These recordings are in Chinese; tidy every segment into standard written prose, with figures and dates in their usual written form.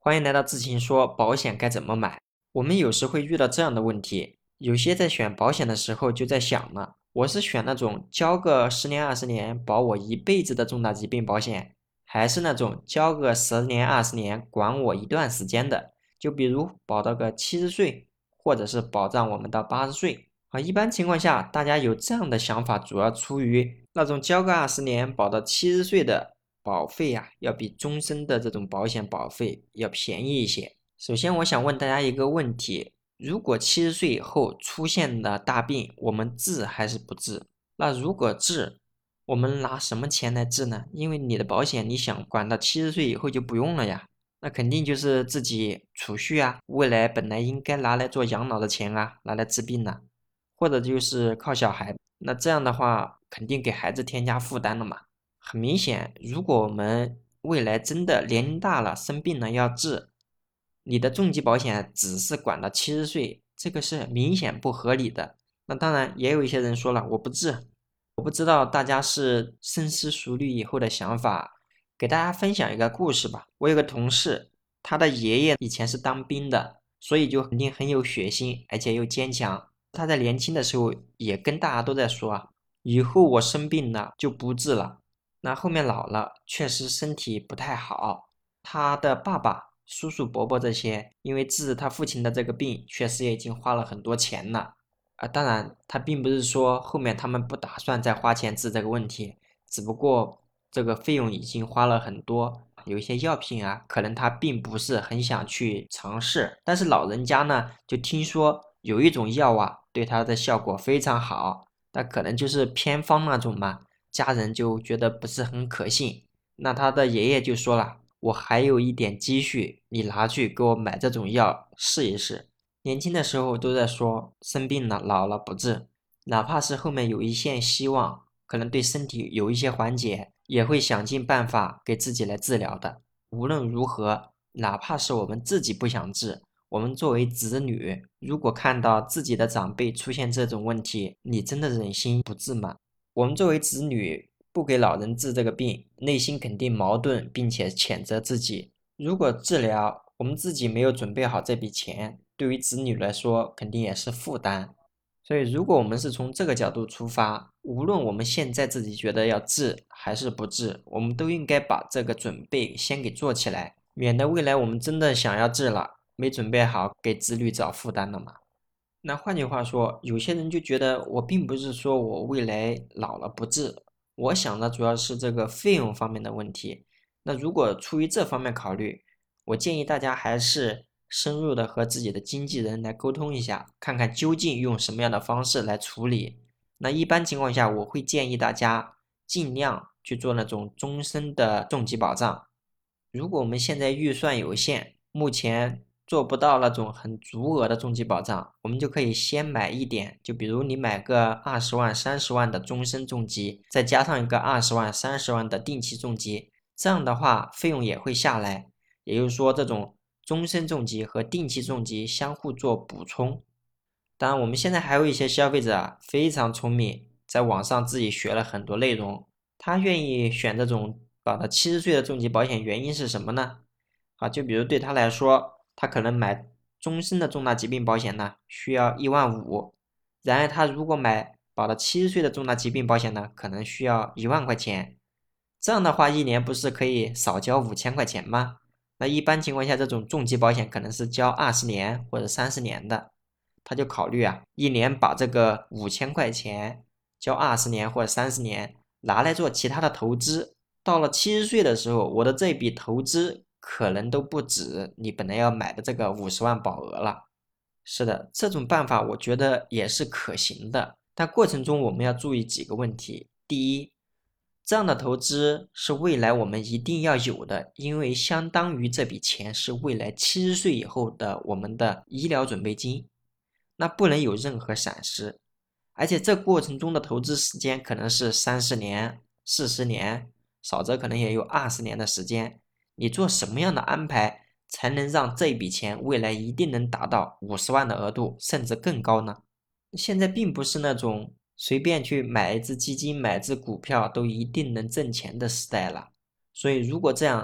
欢迎来到智勤说保险该怎么买。我们有时会遇到这样的问题，有些在选保险的时候就在想了，我是选那种交个10年20年保我一辈子的重大疾病保险，还是那种交个10年20年管我一段时间的，就比如保到个70岁，或者是保障我们到80岁。一般情况下大家有这样的想法，主要出于那种交个20年保到70岁的保费要比终身的这种保险保费要便宜一些。首先我想问大家一个问题，如果70岁以后出现了大病，我们治还是不治？那如果治，我们拿什么钱来治呢？因为你的保险你想管到70岁以后就不用了呀，那肯定就是自己储蓄未来本来应该拿来做养老的钱拿来治病或者就是靠小孩，那这样的话肯定给孩子添加负担了嘛。很明显，如果我们未来真的年龄大了生病了要治，你的重疾保险只是管到70岁，这个是明显不合理的。那当然也有一些人说了，我不治。我不知道大家是深思熟虑以后的想法。给大家分享一个故事吧。我有个同事，他的爷爷以前是当兵的，所以就肯定很有血性，而且又坚强。他在年轻的时候也跟大家都在说，以后我生病了就不治了。那后面老了确实身体不太好，他的爸爸叔叔伯伯这些因为治他父亲的这个病确实也已经花了很多钱了当然他并不是说后面他们不打算再花钱治这个问题，只不过这个费用已经花了很多，有一些药品可能他并不是很想去尝试，但是老人家呢就听说有一种药对他的效果非常好，那可能就是偏方那种嘛，家人就觉得不是很可信。那他的爷爷就说了，我还有一点积蓄，你拿去给我买这种药试一试。年轻的时候都在说生病了老了不治，哪怕是后面有一线希望，可能对身体有一些缓解，也会想尽办法给自己来治疗的。无论如何，哪怕是我们自己不想治，我们作为子女，如果看到自己的长辈出现这种问题，你真的忍心不治吗？我们作为子女不给老人治这个病，内心肯定矛盾，并且谴责自己。如果治疗我们自己没有准备好这笔钱，对于子女来说肯定也是负担。所以如果我们是从这个角度出发，无论我们现在自己觉得要治还是不治，我们都应该把这个准备先给做起来，免得未来我们真的想要治了，没准备好给子女找负担了嘛。那换句话说，有些人就觉得我并不是说我未来老了不治，我想的主要是这个费用方面的问题。那如果出于这方面考虑，我建议大家还是深入的和自己的经纪人来沟通一下，看看究竟用什么样的方式来处理。那一般情况下，我会建议大家尽量去做那种终身的重疾保障。如果我们现在预算有限，目前做不到那种很足额的重疾保障，我们就可以先买一点，就比如你买个20万、30万的终身重疾，再加上一个20万、30万的定期重疾，这样的话费用也会下来。也就是说，这种终身重疾和定期重疾相互做补充。当然，我们现在还有一些消费者非常聪明，在网上自己学了很多内容，他愿意选这种保到70岁的重疾保险，原因是什么呢？就比如对他来说，他可能买终身的重大疾病保险呢，需要1万5，然而他如果买保到70岁的重大疾病保险呢，可能需要1万块钱。这样的话，一年不是可以少交5000块钱吗？那一般情况下，这种重疾保险可能是交20年或者30年的，他就考虑一年把这个5000块钱交20年或者30年，拿来做其他的投资。到了70岁的时候，我的这笔投资可能都不止你本来要买的这个50万保额了。是的，这种办法我觉得也是可行的，但过程中我们要注意几个问题。第一，这样的投资是未来我们一定要有的，因为相当于这笔钱是未来70岁以后的我们的医疗准备金，那不能有任何闪失。而且这过程中的投资时间可能是30年、40年，少则可能也有20年的时间。你做什么样的安排才能让这笔钱未来一定能达到50万的额度，甚至更高呢？现在并不是那种随便去买一只基金、买一只股票都一定能挣钱的时代了。所以如果这样，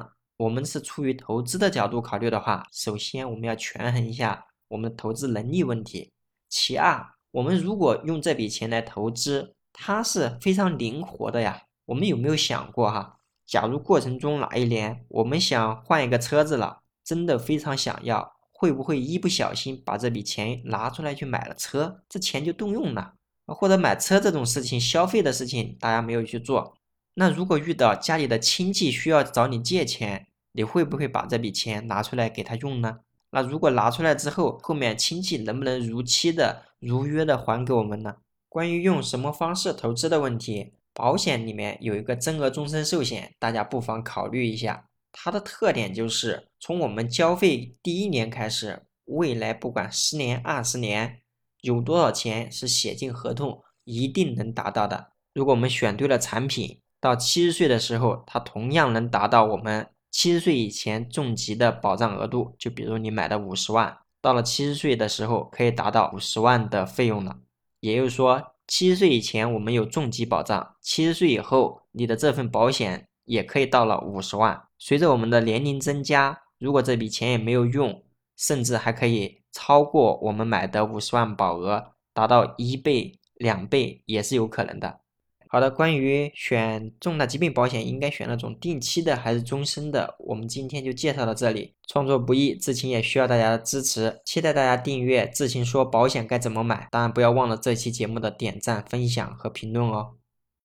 我们是出于投资的角度考虑的话，首先我们要权衡一下我们的投资能力问题。其二，我们如果用这笔钱来投资，它是非常灵活的呀。我们有没有想过哈，假如过程中哪一年我们想换一个车子了，真的非常想要，会不会一不小心把这笔钱拿出来去买了车，这钱就动用了。或者买车这种事情，消费的事情大家没有去做，那如果遇到家里的亲戚需要找你借钱，你会不会把这笔钱拿出来给他用呢？那如果拿出来之后，后面亲戚能不能如期的如约的还给我们呢？关于用什么方式投资的问题，保险里面有一个增额终身寿险，大家不妨考虑一下。它的特点就是从我们交费第一年开始，未来不管10年、20年，有多少钱是写进合同，一定能达到的。如果我们选对了产品，到70岁的时候，它同样能达到我们70岁以前重疾的保障额度。就比如你买的50万，到了70岁的时候可以达到50万的费用了。也就是说，70岁以前我们有重疾保障，70岁以后你的这份保险也可以到了50万。随着我们的年龄增加，如果这笔钱也没有用，甚至还可以超过我们买的50万保额，达到1倍、2倍也是有可能的。好的，关于选重大疾病保险应该选那种定期的还是终身的，我们今天就介绍到这里。创作不易，志勤也需要大家的支持，期待大家订阅志勤说保险该怎么买。当然不要忘了这期节目的点赞、分享和评论哦。